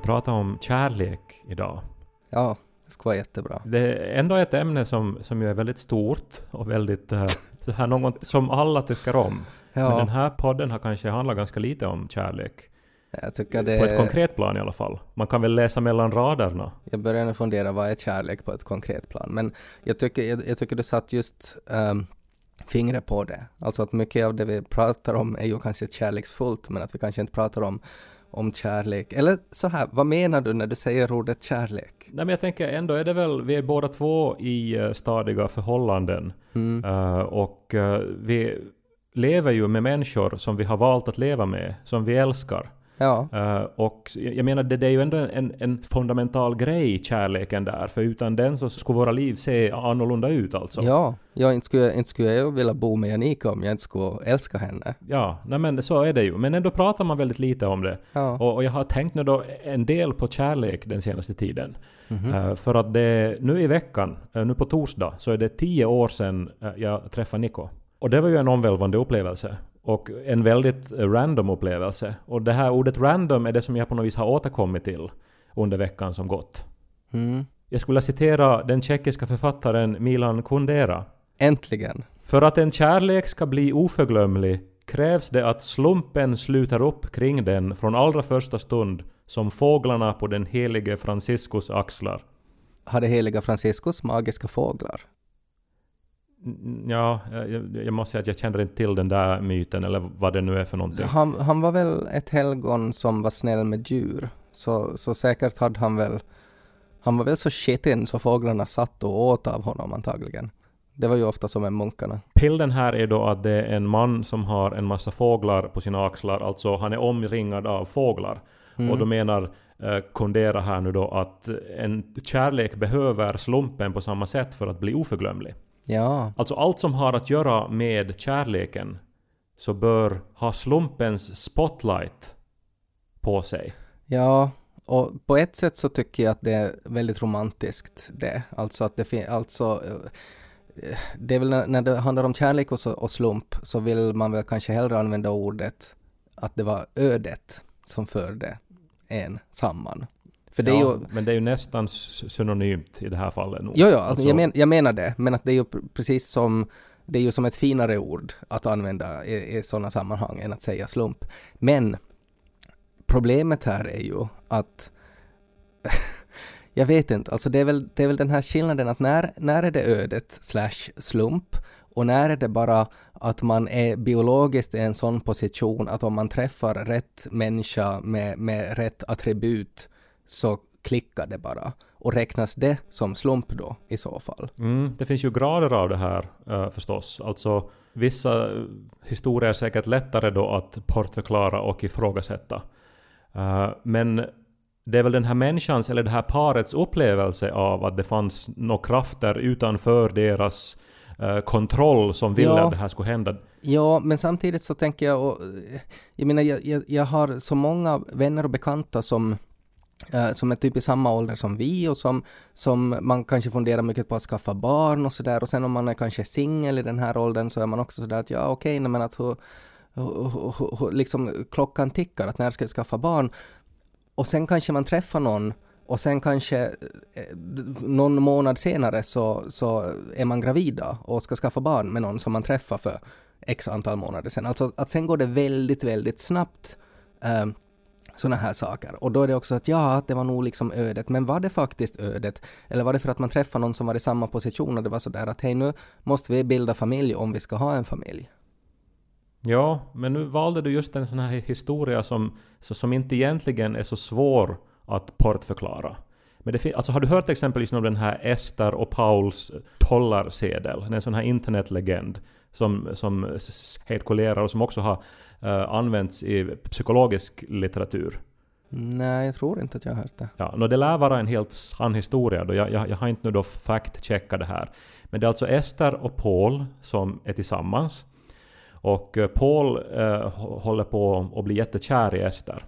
prata om kärlek idag. Ja, det ska vara jättebra. Det är ändå ett ämne som ju är väldigt stort och väldigt så här något som alla tycker om. Ja. Men den här podden har kanske handlat ganska lite om kärlek. Jag tycker det... På ett konkret plan i alla fall. Man kan väl läsa mellan raderna. Jag börjar nu fundera vad är kärlek på ett konkret plan. Men jag tycker du satt just fingret på det. Alltså att mycket av det vi pratar om är ju kanske kärleksfullt, men att vi kanske inte pratar om kärlek. Eller så här, vad menar du när du säger ordet kärlek? Nej, men jag tänker ändå är det väl, vi är båda två i stadiga förhållanden. Och vi lever ju med människor som vi har valt att leva med, som vi älskar. Ja. Och jag menar, det är ju ändå en fundamental grej, kärleken där. För utan den så skulle våra liv se annorlunda ut alltså. Ja, inte skulle jag vilja bo med Janika om jag inte skulle älska henne. Ja, nej men så är det ju. Men ändå pratar man väldigt lite om det. Ja. Och jag har tänkt nu då en del på kärlek den senaste tiden. För att nu i veckan, nu på torsdag, så är det 10 år sedan jag träffade Niko. Och det var ju en omvälvande upplevelse. Och en väldigt random upplevelse. Och det här ordet random är det som jag på något vis har återkommit till under veckan som gått. Jag skulle citera den tjeckiska författaren Milan Kundera. Äntligen. För att en kärlek ska bli oförglömlig krävs det att slumpen sluter upp kring den från allra första stund som fåglarna på den helige Franciscus axlar. Hade heliga Franciscus magiska fåglar? Ja, jag måste säga att jag känner inte till den där myten eller vad det nu är för någonting. Han var väl ett helgon som var snäll med djur. Så säkert hade han var väl så skitin så fåglarna satt och åt av honom antagligen. Det var ju ofta som med munkarna. Bilden här är då att det är en man som har en massa fåglar på sina axlar. Alltså han är omringad av fåglar. Och då menar Kundera här nu då att en kärlek behöver slumpen på samma sätt för att bli oförglömlig. Ja. Alltså allt som har att göra med kärleken så bör ha slumpens spotlight på sig. Ja, och på ett sätt så tycker jag att det är väldigt romantiskt det. Alltså att det är väl när det handlar om kärlek och slump så vill man väl kanske hellre använda ordet att det var ödet som förde en samman. För det är ju, men det är ju nästan synonymt i det här fallet. Ja, alltså, jag menar det. Men att det är ju precis som, det är ju som ett finare ord att använda i sådana sammanhang än att säga slump. Men problemet här är ju att jag vet inte, alltså det är väl den här skillnaden att när är det ödet / slump och när är det bara att man är biologiskt i en sån position att om man träffar rätt människa med rätt attribut så klickar det bara. Och räknas det som slump då i så fall? Det finns ju grader av det här förstås. Alltså vissa historier är säkert lättare då att bortförklara och ifrågasätta. Men det är väl den här människans eller det här parets upplevelse av att det fanns några krafter utanför deras kontroll som ville att det här skulle hända. Ja, men samtidigt så tänker jag menar jag har så många vänner och bekanta som är typ i samma ålder som vi och som man kanske funderar mycket på att skaffa barn och sådär, och sen om man är kanske singel i den här åldern så är man också sådär att men att liksom klockan tickar, att när ska jag skaffa barn, och sen kanske man träffar någon och sen kanske någon månad senare så är man gravida och ska skaffa barn med någon som man träffar för x antal månader sen. Alltså att sen går det väldigt, väldigt snabbt såna här saker. Och då är det också att det var nog liksom ödet. Men var det faktiskt ödet? Eller var det för att man träffade någon som var i samma position och det var sådär att hej, nu måste vi bilda familj om vi ska ha en familj? Ja, men nu valde du just en sån här historia som inte egentligen är så svår att portförklara. Men alltså, har du hört exempelvis om den här Ester och Pauls dollarsedel? Det är en sån här internetlegend som cirkulerar och som också har använts i psykologisk litteratur. Nej, jag tror inte att jag har hört det. Ja, det lär vara en helt sann historia. Då. Jag har inte nu då fact-checkat det här. Men det är alltså Ester och Paul som är tillsammans. Och Paul håller på att bli jättekär i Ester.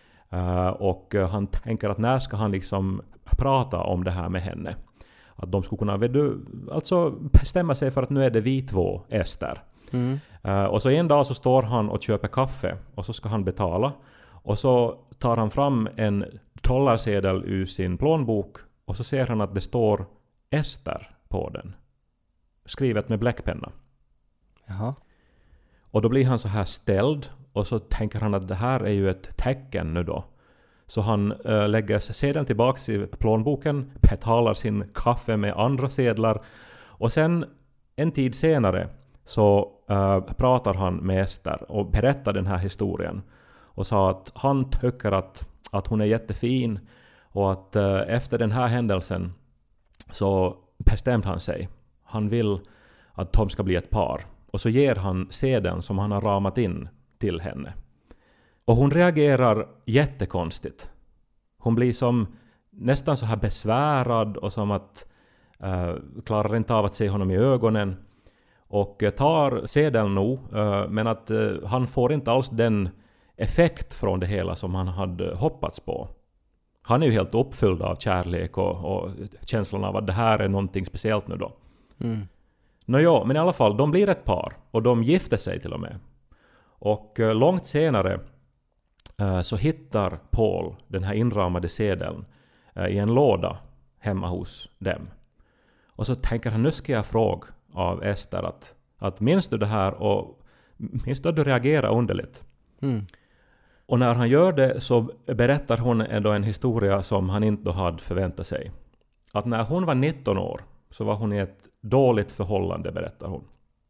Och han tänker att när ska han liksom prata om det här med henne. Att de skulle kunna alltså bestämma sig för att nu är det vi två, Ester. Och så en dag så står han och köper kaffe och så ska han betala. Och så tar han fram en dollarsedel ur sin plånbok och så ser han att det står Ester på den. Skrivet med bläckpenna. Jaha. Och då blir han så här ställd och så tänker han att det här är ju ett tecken nu då. Så han lägger sedeln tillbaks i plånboken, betalar sin kaffe med andra sedlar och sen en tid senare så pratar han med Ester och berättar den här historien och sa att han tycker att hon är jättefin och att efter den här händelsen så bestämde han sig. Han vill att de ska bli ett par. Och så ger han sedeln som han har ramat in till henne. Och hon reagerar jättekonstigt. Hon blir som nästan så här besvärad och som att klarar inte av att se honom i ögonen. Och tar sedeln nog, men att han får inte alls den effekt från det hela som han hade hoppats på. Han är ju helt uppfylld av kärlek och känslan av att det här är någonting speciellt nu då. Mm. Nåja, men i alla fall, de blir ett par och de gifter sig till och med. Och långt senare så hittar Paul den här inramade sedeln i en låda hemma hos dem. Och så tänker han, nu ska jag fråga av Ester att minns du det här och minns du att du reagerar underligt? Mm. Och när han gör det så berättar hon ändå en historia som han inte hade förväntat sig. Att när hon var 19 år så var hon i ett dåligt förhållande, berättar hon.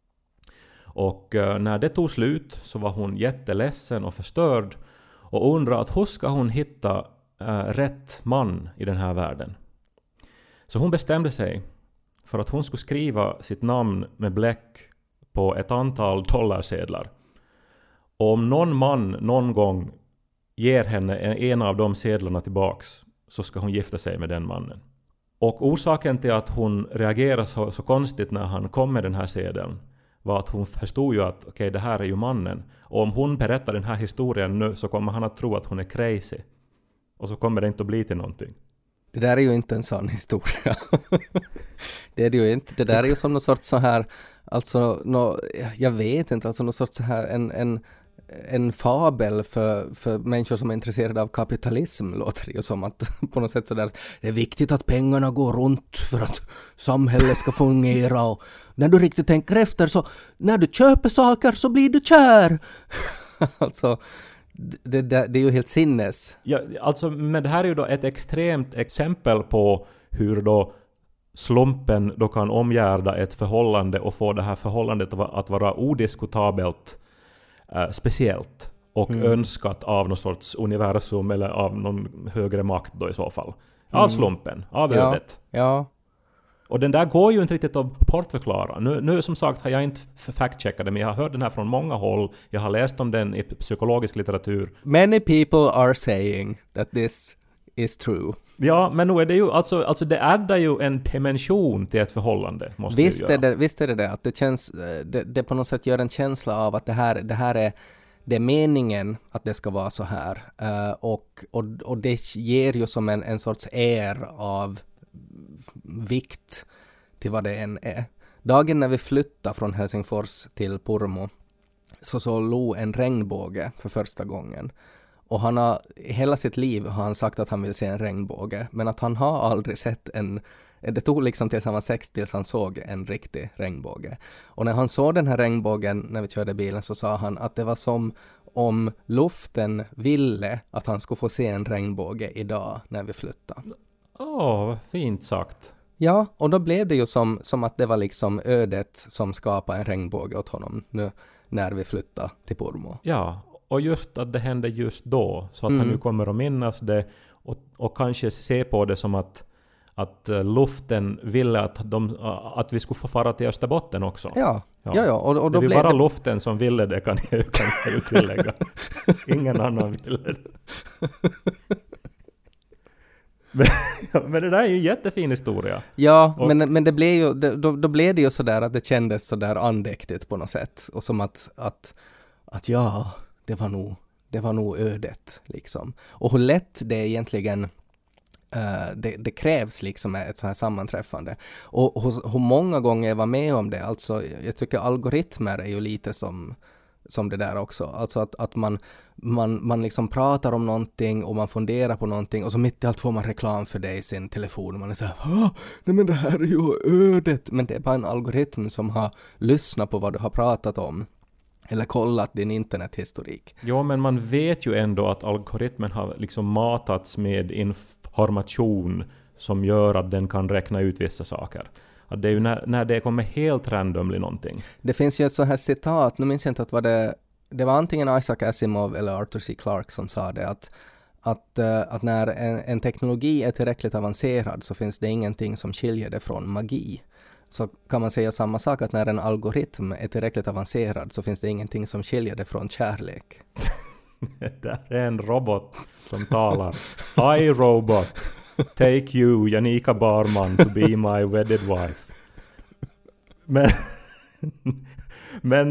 Och när det tog slut så var hon jätteledsen och förstörd och undrar att hur ska hon hitta rätt man i den här världen. Så hon bestämde sig för att hon skulle skriva sitt namn med bläck på ett antal dollarsedlar. Och om någon man någon gång ger henne en av de sedlarna tillbaks så ska hon gifta sig med den mannen. Och orsaken till att hon reagerade så konstigt när han kom med den här sedeln var att hon förstod ju att okej, det här är ju mannen. Och om hon berättar den här historien nu så kommer han att tro att hon är crazy. Och så kommer det inte att bli till någonting. Det där är ju inte en sann historia. Det är det ju inte. Det där är ju som någon sorts så här, alltså, jag vet inte, alltså någon sorts så här, en fabel för människor som är intresserade av kapitalism, låter det ju som att på något sätt sådär, det är viktigt att pengarna går runt för att samhället ska fungera och när du riktigt tänker efter så när du köper saker så blir du kär. Alltså det är ju helt sinnes. Ja, alltså, men det här är ju då ett extremt exempel på hur då slumpen då kan omgärda ett förhållande och få det här förhållandet att vara odiskutabelt speciellt och önskat av någon sorts universum eller av någon högre makt då i så fall. Av slumpen, av ödet. Ja. Och den där går ju inte riktigt att bortförklara. Nu som sagt har jag inte fact-checkat det, men jag har hört den här från många håll. Jag har läst om den i psykologisk litteratur. Many people are saying that this is true. Ja, men nu är det ju alltså det addar ju en dimension till ett förhållande, måste Visst ju göra. Visst är det att det känns, det på något sätt gör en känsla av att det här är det är meningen att det ska vara så här. Och det ger ju som en sorts av vikt till vad det än är. Dagen när vi flyttade från Helsingfors till Pormo så låg en regnbåge för första gången. Och han har hela sitt liv har han sagt att han vill se en regnbåge, men att han har aldrig sett det tog liksom tills han var 6 tills han såg en riktig regnbåge. Och när han såg den här regnbågen när vi körde bilen så sa han att det var som om luften ville att han skulle få se en regnbåge idag när vi flyttade. Vad fint sagt. Ja, och då blev det ju som att det var liksom ödet som skapade en regnbåge åt honom nu när vi flyttade till Pormo. Ja, och just att det hände just då, så att han nu kommer att minnas det och kanske se på det som att luften ville att vi skulle få fara till Österbotten också. Ja. Och då det blev bara luften som ville det, kan jag ju tillägga. Ingen annan ville det. Men det där är ju en jättefin historia. Ja, men det blev ju, då blev det ju sådär att det kändes sådär andäktigt på något sätt. Och som att ja, det var nog ödet liksom. Och hur lätt det egentligen det krävs liksom ett så här sammanträffande. Och hur många gånger jag var med om det. Alltså jag tycker algoritmer är ju lite som som det där också. Alltså att man liksom pratar om någonting och man funderar på någonting och så mitt i allt får man reklam för det i sin telefon och man är så här, nej men det här är ju ödet. Men det är bara en algoritm som har lyssnat på vad du har pratat om eller kollat din internethistorik. Ja, men man vet ju ändå att algoritmen har liksom matats med information som gör att den kan räkna ut vissa saker. Att det är ju när det kommer helt randomly någonting. Det finns ju ett sånt här citat, nu minns jag inte att det var antingen Isaac Asimov eller Arthur C. Clarke som sa det, att när en teknologi är tillräckligt avancerad så finns det ingenting som skiljer det från magi. Så kan man säga samma sak, att när en algoritm är tillräckligt avancerad så finns det ingenting som skiljer det från kärlek. Det där är en robot som talar. I robot, take you, Janika Barman, to be my wedded wife. Men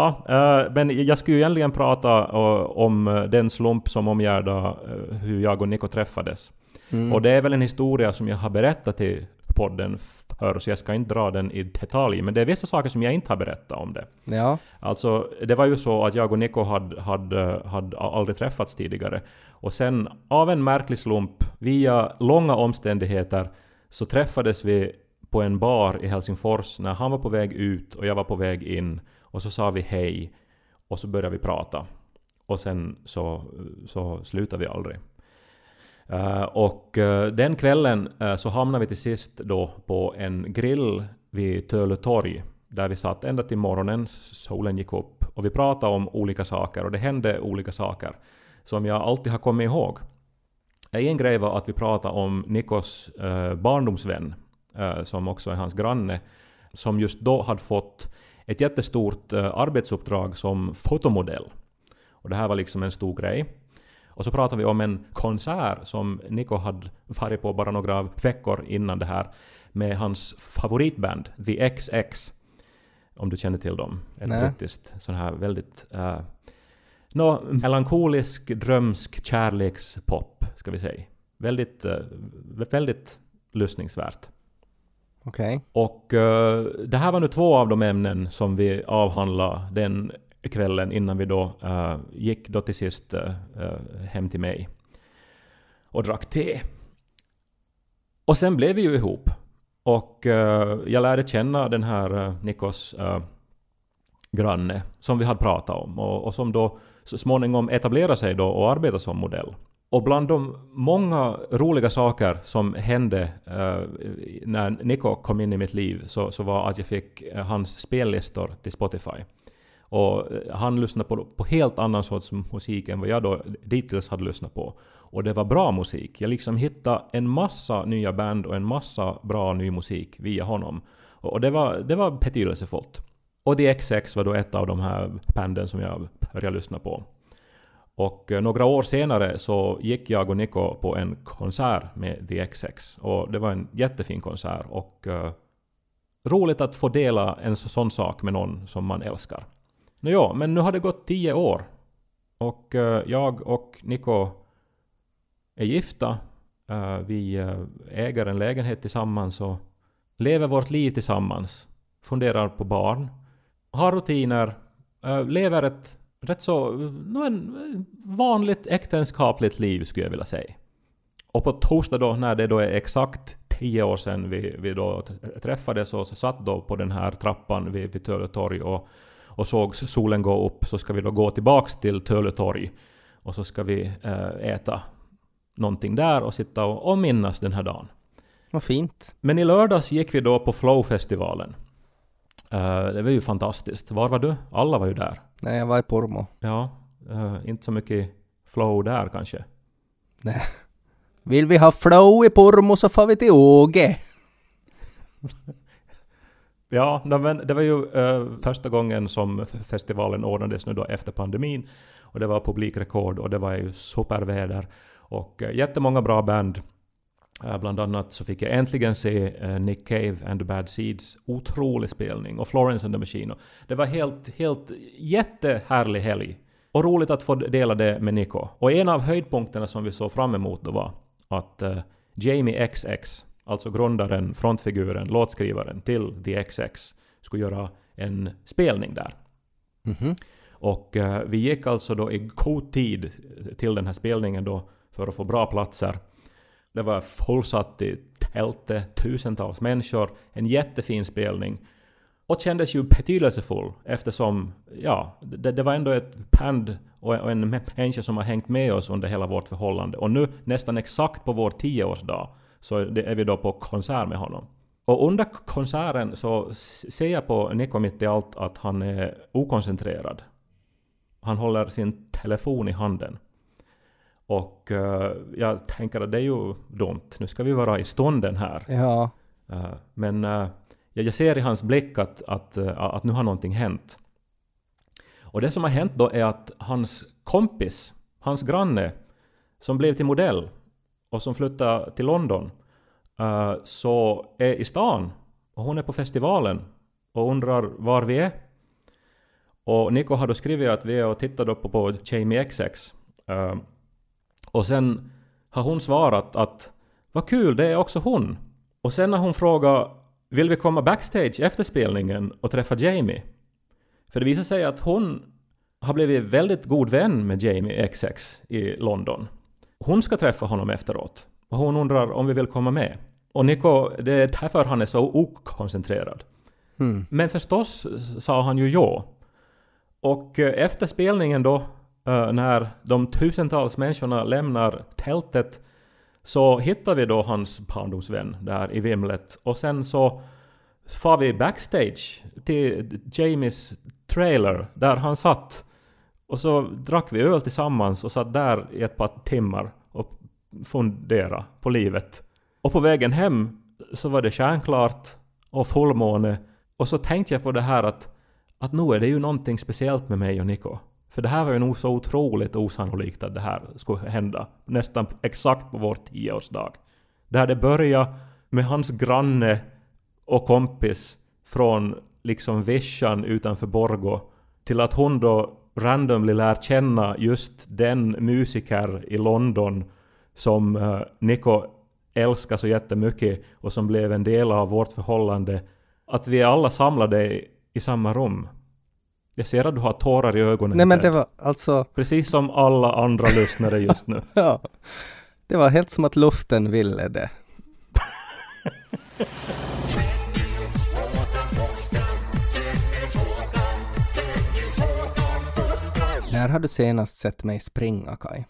jag skulle ju egentligen prata om den slump som omgärdade hur jag och Nico träffades. Och det är väl en historia som jag har berättat till podden för, så jag ska inte dra den i detalj, men det är vissa saker som jag inte har berättat om det. Ja. Alltså, det var ju så att jag och Nico hade aldrig träffats tidigare. Och sen av en märklig slump, via långa omständigheter, så träffades vi på en bar i Helsingfors när han var på väg ut och jag var på väg in. Och så sa vi hej och så började vi prata. Och sen så slutade vi aldrig. Och den kvällen så hamnade vi till sist då på en grill vid Töle torg där vi satt ända till morgonen, solen gick upp och vi pratade om olika saker och det hände olika saker som jag alltid har kommit ihåg. En grej var att vi pratade om Nikos barndomsvän som också är hans granne, som just då hade fått ett jättestort arbetsuppdrag som fotomodell. Och det här var liksom en stor grej. Och så pratade vi om en konsert som Nico hade varit på bara några veckor innan det här med hans favoritband, The XX. Om du känner till dem. Ett brittiskt sån här väldigt melankolisk, drömsk kärlekspop, ska vi säga. Väldigt, väldigt lyssningsvärt. Okej. Och det här var nu 2 av de ämnen som vi avhandlade den kvällen innan vi då gick då till sist hem till mig och drack te. Och sen blev vi ju ihop. Och jag lärde känna den här Nikos granne som vi hade pratat om och som då så småningom etablerade sig då och arbetade som modell. Och bland de många roliga saker som hände när Nico kom in i mitt liv så var att jag fick hans spellistor till Spotify. Och han lyssnade på helt annan sorts musik än vad jag då dittills hade lyssnat på. Och det var bra musik. Jag liksom hittade en massa nya band och en massa bra ny musik via honom. Och det var betydelsefullt. Och The XX var då ett av de här banden som jag började lyssna på. Och några år senare så gick jag och Nico på en konsert med The XX. Och det var en jättefin konsert. Och roligt att få dela en sån sak med någon som man älskar. Men nu har det gått 10 år. Och jag och Nico är gifta. Vi äger en lägenhet tillsammans och lever vårt liv tillsammans. Funderar på barn. Har rutiner. Lever ett rätt så vanligt äktenskapligt liv skulle jag vilja säga. Och på torsdag då, när det då är exakt 10 år sedan vi då träffades och satt då på den här trappan vid Töle torg och såg solen gå upp, så ska vi då gå tillbaks till Töle torg och så ska vi äta någonting där och sitta och minnas den här dagen. Vad fint. Men i lördags gick vi då på Flow-festivalen. Det var ju fantastiskt. Var var du? Alla var ju där. Nej, jag var i Pormo. Ja, inte så mycket flow där kanske. Nej. Vill vi ha flow i Pormo så får vi till Åge. Ja, men det var ju första gången som festivalen ordnades nu då efter pandemin. Och det var publikrekord och det var ju superväder. Och jättemånga bra band. Bland annat så fick jag äntligen se Nick Cave and the Bad Seeds otrolig spelning och Florence and the Machine. Det var helt jättehärlig helg. Och roligt att få dela det med Nico. Och en av höjdpunkterna som vi såg fram emot då var att Jamie XX, alltså grundaren, frontfiguren, låtskrivaren till The XX, skulle göra en spelning där. Och vi gick alltså då i god tid till den här spelningen då för att få bra platser. Det var fullsatt i tältet, tusentals människor, en jättefin spelning. Och kändes ju betydelsefull eftersom det var ändå ett band och en människa som har hängt med oss under hela vårt förhållande. Och nu nästan exakt på vår 10-årsdag så är vi då på konsert med honom. Och under konserten så ser jag på Nico mitt i allt att han är okoncentrerad. Han håller sin telefon i handen. Och jag tänker att det är ju dumt. Nu ska vi vara i stunden här. Ja. Men jag ser i hans blick att nu har någonting hänt. Och det som har hänt då är att hans kompis, hans granne, som blev till modell och som flyttade till London, så är i stan. Och hon är på festivalen och undrar var vi är. Och Nico har då skrivit att vi är och tittar upp på Jamie XX. Och sen har hon svarat att vad kul, det är också hon. Och sen har hon frågat, vill vi komma backstage efter spelningen och träffa Jamie? För det visar sig att hon har blivit väldigt god vän med Jamie XX i London. Hon ska träffa honom efteråt. Och hon undrar om vi vill komma med. Och Nico, det är därför han är så okoncentrerad. Men förstås sa han ju ja. Och efter spelningen då, när de tusentals människorna lämnar tältet, så hittar vi då hans barndomsvän där i vimlet. Och sen så far vi backstage till Jamies trailer där han satt. Och så drack vi öl tillsammans och satt där i ett par timmar och funderade på livet. Och på vägen hem så var det stjärnklart och fullmåne. Och så tänkte jag på det här att nu är det ju någonting speciellt med mig och Nico. För det här var ju nog så otroligt osannolikt att det här skulle hända. Nästan exakt på vår 10-årsdag. Där det började med hans granne och kompis från liksom Vischan utanför Borgå till att hon då randomly lär känna just den musiker i London som Nico älskar så jättemycket och som blev en del av vårt förhållande. Att vi alla samlade i samma rum. Jag ser att du har tårar i ögonen. Nej, men det var alltså... Precis som alla andra lyssnare just nu. Ja, det var helt som att luften ville det. När har du senast sett mig springa, Kai?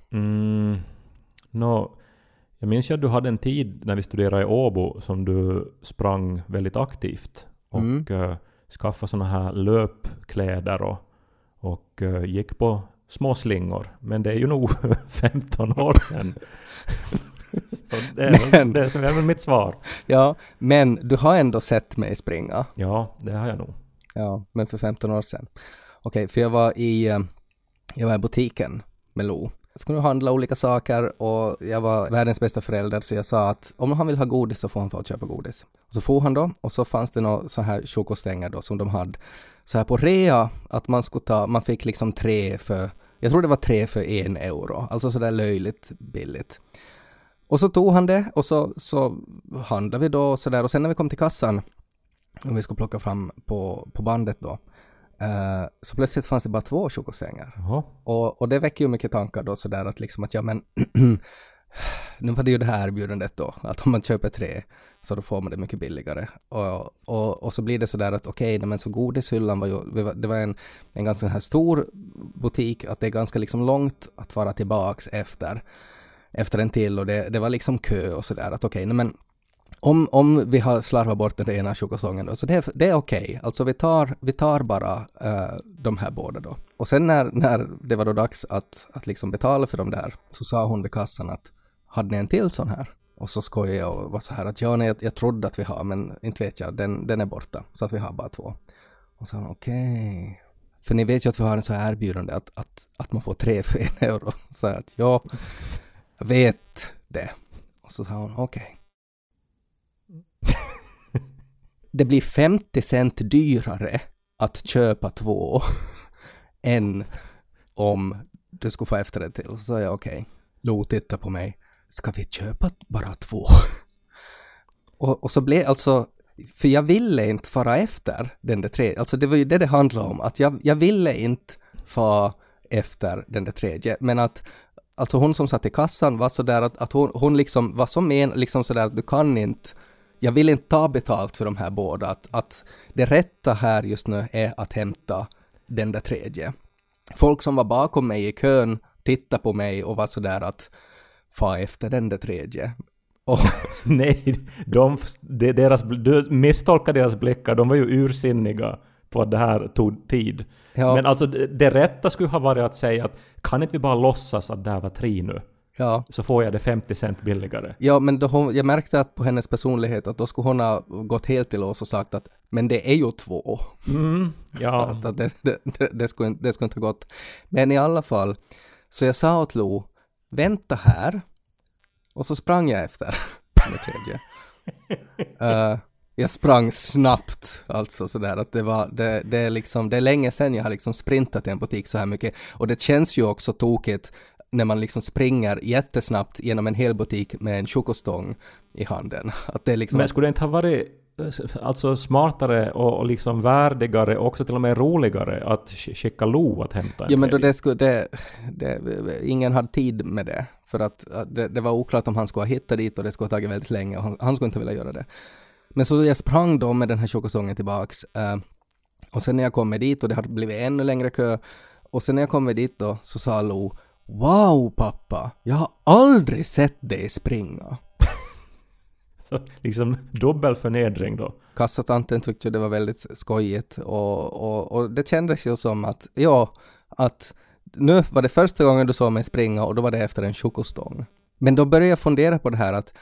Jag minns ju att du hade en tid när vi studerade i Åbo som du sprang väldigt aktivt. Och skaffade såna här löpkläder och gick på små slingor. Men det är ju nog 15 år sedan. Så det är väl mitt svar. Ja, men du har ändå sett mig springa. Ja, det har jag nog. Ja, men för 15 år sedan. Okej, för jag var i butiken med Lo. Jag skulle handla olika saker och jag var världens bästa förälder, så jag sa att om han vill ha godis så får han få köpa godis. Och så får han då, och så fanns det några så här chokostänger då som de hade så här på rea, att man fick liksom 3 för, jag tror det var 3 för 1 euro, alltså så där löjligt billigt. Och så tog han det och så handlade vi då och så där, och sen när vi kom till kassan och vi skulle plocka fram på bandet då, så plötsligt fanns det bara 2 chokostänger. Och det väcker ju mycket tankar då sådär att liksom att ja men nu var det ju det här erbjudandet då, att om man köper 3 så då får man det mycket billigare. Och så blir det sådär att okej, men så godishyllan var ju, det var en ganska här stor butik, att det är ganska liksom långt att vara tillbaks efter en till, och det var liksom kö och sådär att okej, men om vi har slarvat bort den ena chokosången då, så det är okej. Alltså vi tar bara de här båda då. Och sen när det var då dags att liksom betala för dem där, så sa hon vid kassan att hade ni en till sån här? Och så skojade jag och var så här att jag trodde att vi har, men inte vet jag, den är borta. Så att vi har bara 2. Och så sa hon okej. För ni vet ju att vi har en så här erbjudande att man får 3 för 1 euro. Så att jag vet det. Och så sa hon okej. Det blir 50 cent dyrare att köpa 2 än om du skulle få efter det till. Så sa jag okej. Lo titta på mig. Ska vi köpa bara 2? Och så blev alltså För jag ville inte fara efter den där tredje. Alltså det var ju det handlade om. Att jag ville inte fara efter den där tredje. Men att alltså hon som satt i kassan var så där att hon liksom var så liksom så där att du kan inte, jag vill inte ta betalt för de här båda. Att det rätta här just nu är att hämta den där tredje. Folk som var bakom mig i kön tittade på mig och var så där att fara efter den där tredje. Nej, du misstolkade deras blickar. De var ju ursinniga på att det här tog tid. Ja. Men alltså det rätta skulle ha varit att säga att kan inte vi bara låtsas att det här var 3 nu? Ja. Så får jag det 50 cent billigare. Ja, men jag märkte att på hennes personlighet att då skulle hon ha gått helt till oss och sagt att men det är ju 2. Ja. Att det skulle inte ha gått. Men i alla fall, så jag sa åt Lo, vänta här. Och så sprang jag efter den tredje. Jag sprang snabbt, alltså sådär att det är länge sedan jag har liksom sprintat i en butik så här mycket. Och det känns ju också tokigt när man liksom springer jättesnabbt genom en hel butik med en chokostång i handen. Att det liksom... Men skulle det inte ha varit alltså smartare och liksom värdigare och också till och med roligare att skicka Lo att hämta en men då ingen hade tid med det. För att det var oklart om han skulle ha hittat dit och det skulle ha tagit väldigt länge och han skulle inte vilja göra det. Men så jag sprang då med den här chokosången tillbaks och sen när jag kom dit och det hade blivit ännu längre kö och sen när jag kom dit då så sa Lo, wow pappa, jag har aldrig sett dig springa. Så liksom dubbel förnedring då. Kassatanten tyckte det var väldigt skojigt och det kändes ju som att att nu var det första gången du såg mig springa och då var det efter en chokostång. Men då började jag fundera på det här att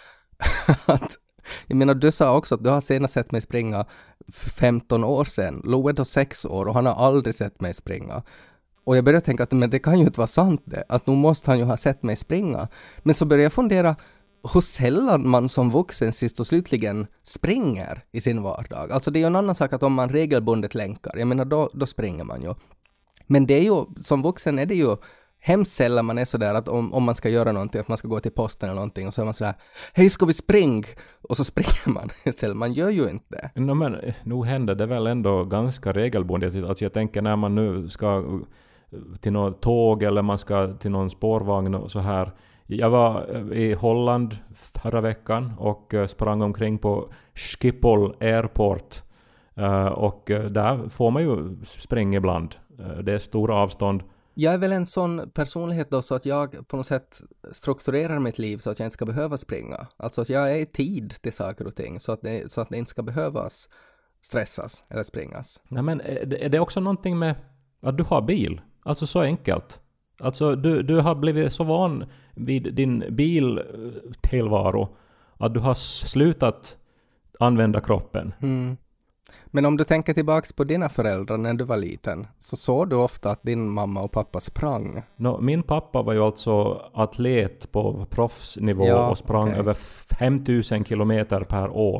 jag menar, du sa också att du har senast sett mig springa för 15 år sedan. Lo är då 6 år och han har aldrig sett mig springa. Och jag började tänka att men det kan ju inte vara sant det. Att nu måste han ju ha sett mig springa. Men så började jag fundera hur sällan man som vuxen sist och slutligen springer i sin vardag. Alltså det är ju en annan sak att om man regelbundet länkar. Jag menar, då springer man ju. Men det är ju, som vuxen är det ju hemskt sällan man är sådär att om man ska göra någonting, att man ska gå till posten eller någonting och så är man sådär, hej ska vi springa? Och så springer man istället, man gör ju inte det. No, men nu händer det väl ändå ganska regelbundet. Alltså jag tänker när man nu ska till något tåg eller man ska till någon spårvagn och så här. Jag var i Holland förra veckan och sprang omkring på Schiphol Airport och där får man ju springa ibland. Det är stora avstånd. Jag är väl en sån personlighet då så att jag på något sätt strukturerar mitt liv så att jag inte ska behöva springa. Alltså att jag är i tid till saker och ting så att det inte ska behövas stressas eller springas. Nej, men är det också någonting med att du har bil? Alltså så enkelt. Alltså du har blivit så van vid din biltillvaro att du har slutat använda kroppen. Mm. Men om du tänker tillbaks på dina föräldrar när du var liten så såg du ofta att din mamma och pappa sprang. Min pappa var ju alltså atlet på proffsnivå och sprang över 5000 kilometer per år.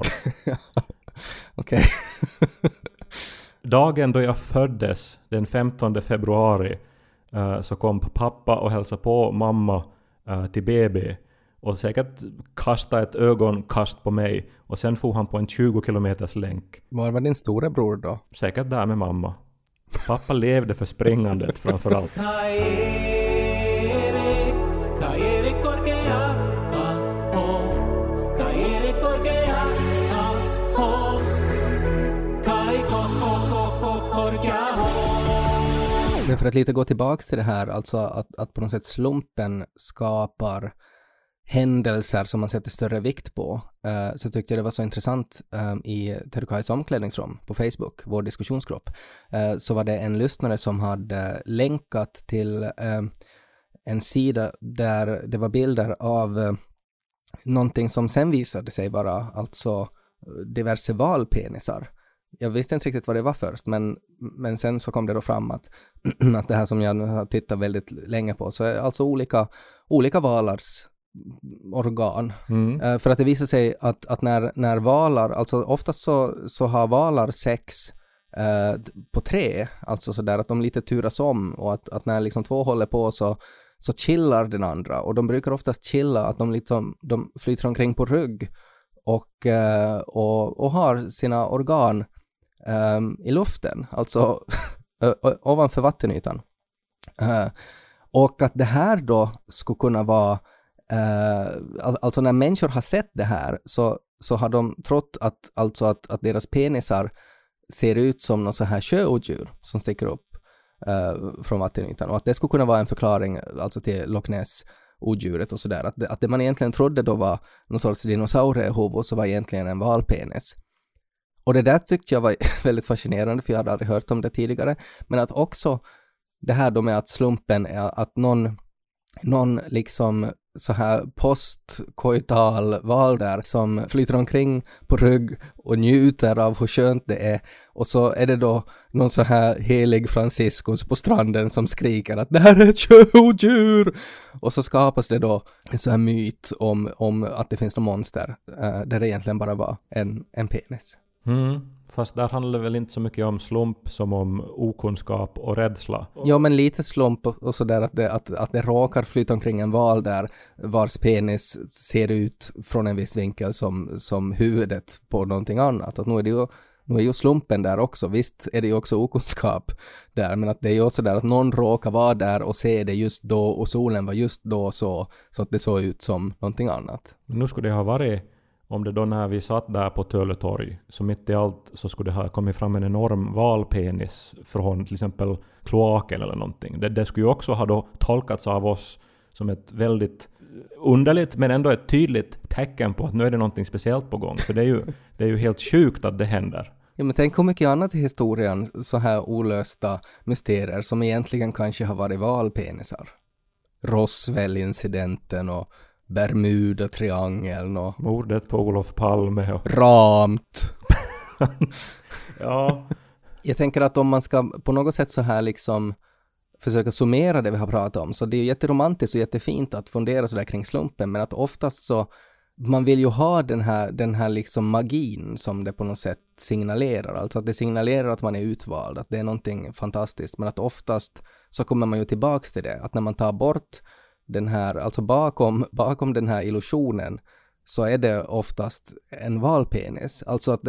Okej. Dagen då jag föddes, den 15 februari, så kom pappa och hälsade på mamma till BB och säkert kastade ett ögonkast på mig och sen får han på en 20 kilometers länk. Var var din storebror då? Säkert där med mamma. Pappa levde för springandet framförallt. Men för att lite gå tillbaks till det här, alltså att på något sätt slumpen skapar händelser som man sätter större vikt på, så tyckte jag det var så intressant i Terukais omklädningsrum på Facebook, vår diskussionsgrupp, så var det en lyssnare som hade länkat till en sida där det var bilder av någonting som sen visade sig vara alltså diverse valpenisar. Jag visste inte riktigt vad det var först, men sen så kom det då fram att det här som jag nu har tittat väldigt länge på, så är alltså olika valars organ. För att det visar sig att när valar, alltså oftast så har valar sex på 3, alltså sådär att de lite turas om och att när liksom 2 håller på så chillar den andra, och de brukar oftast chilla att de flyter omkring på rygg och har sina organ i luften, alltså ovanför vattenytan. Och att det här då skulle kunna vara, alltså när människor har sett det här så har de trott att deras penisar ser ut som någon så här sjöodjur som sticker upp från vattenytan, och att det skulle kunna vara en förklaring alltså till Loch Ness-odjuret och sådär. Att det man egentligen trodde då var någon sorts dinosauriehuvud, så var egentligen en valpenis. Och det där tyckte jag var väldigt fascinerande, för jag hade aldrig hört om det tidigare. Men att också det här då med att slumpen är att någon liksom så här postkoital val där som flyter omkring på rygg och njuter av hur skönt det är, och så är det då någon så här helig Franciscus på stranden som skriker att det här är ett sjöodjur, och så skapas det då en så här myt om att det finns någon monster där det egentligen bara var en penis. Fast där handlar det väl inte så mycket om slump som om okunskap och rädsla. Ja, men lite slump och sådär att det råkar flyta omkring en val där vars penis ser ut från en viss vinkel som huvudet på någonting annat. Att nu är ju slumpen där också. Visst är det ju också okunskap där, men att det är ju också där att någon råkar vara där och se det just då, och solen var just då så att det såg ut som någonting annat. Nu skulle det ha varit, om det då när vi satt där på Töletorg, så mitt i allt så skulle det ha kommit fram en enorm valpenis från till exempel kloaken eller någonting. Det skulle ju också ha då tolkats av oss som ett väldigt underligt men ändå ett tydligt tecken på att nu är det någonting speciellt på gång. För det är ju helt sjukt att det händer. Ja, men tänk hur mycket annat i historien, så här olösta mysterier som egentligen kanske har varit valpenisar. Roswell-incidenten och Bermuda-triangeln och mordet på Olof Palme och Ramt. Ja. Jag tänker att om man ska på något sätt så här liksom försöka summera det vi har pratat om, så det är ju jätteromantiskt och jättefint att fundera så där kring slumpen, men att oftast så man vill ju ha den här liksom magin som det på något sätt signalerar, alltså att det signalerar att man är utvald, att det är någonting fantastiskt, men att oftast så kommer man ju tillbaks till det, att när man tar bort den här, alltså bakom den här illusionen, så är det oftast en valpenis. Alltså att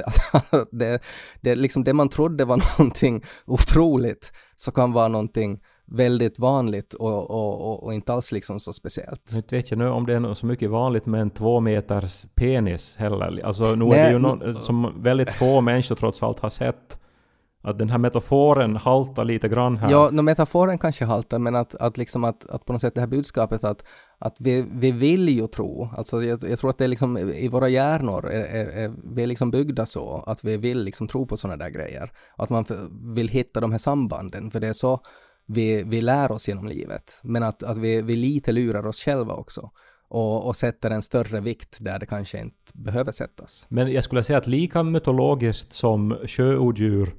det liksom det man trodde var någonting otroligt, så kan vara någonting väldigt vanligt och inte alls liksom så speciellt. Jag vet jag nu om det är så mycket vanligt med en 2 meters penis heller. Alltså nu är det ju någon som väldigt få människor trots allt har sett. Att den här metaforen haltar lite grann här. Ja, metaforen kanske haltar, men att liksom att på något sätt det här budskapet att vi vill ju tro. Alltså jag tror att det är liksom i våra hjärnor vi är liksom byggda så att vi vill liksom tro på sådana där grejer. Att man vill hitta de här sambanden, för det är så vi lär oss genom livet. Men att vi lite lurar oss själva också. Och sätter en större vikt där det kanske inte behöver sättas. Men jag skulle säga att lika mytologiskt som sjöodjur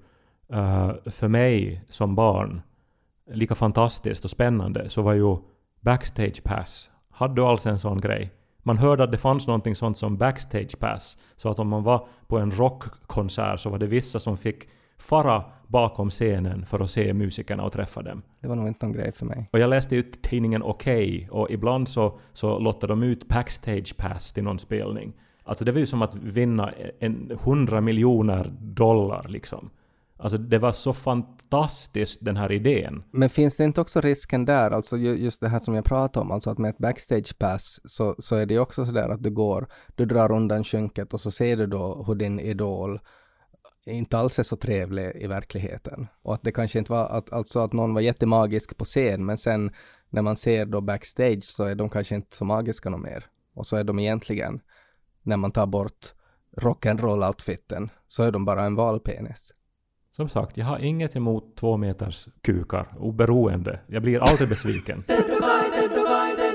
för mig som barn, lika fantastiskt och spännande, så var ju Backstage Pass. Hade du alls en sån grej? Man hörde att det fanns någonting sånt som Backstage Pass, så att om man var på en rockkonsert så var det vissa som fick fara bakom scenen för att se musikerna och träffa dem. Det var nog inte någon grej för mig. Och jag läste ut tidningen Okej, och ibland så lottade de ut Backstage Pass till någon spelning. Alltså det var ju som att vinna 100 miljoner dollar liksom. Alltså det var så fantastiskt, den här idén. Men finns det inte också risken där, alltså just det här som jag pratade om, alltså att med ett backstage pass så är det också så där att du drar undan skynket och så ser du då hur din idol inte alls är så trevlig i verkligheten. Och att det kanske inte var att någon var jättemagisk på scen, men sen när man ser då backstage så är de kanske inte så magiska någon mer. Och så är de egentligen, när man tar bort rock'n'roll-outfiten, så är de bara en valpenis. Som sagt, jag har inget emot 2 meters kukar, oberoende. Jag blir alltid besviken.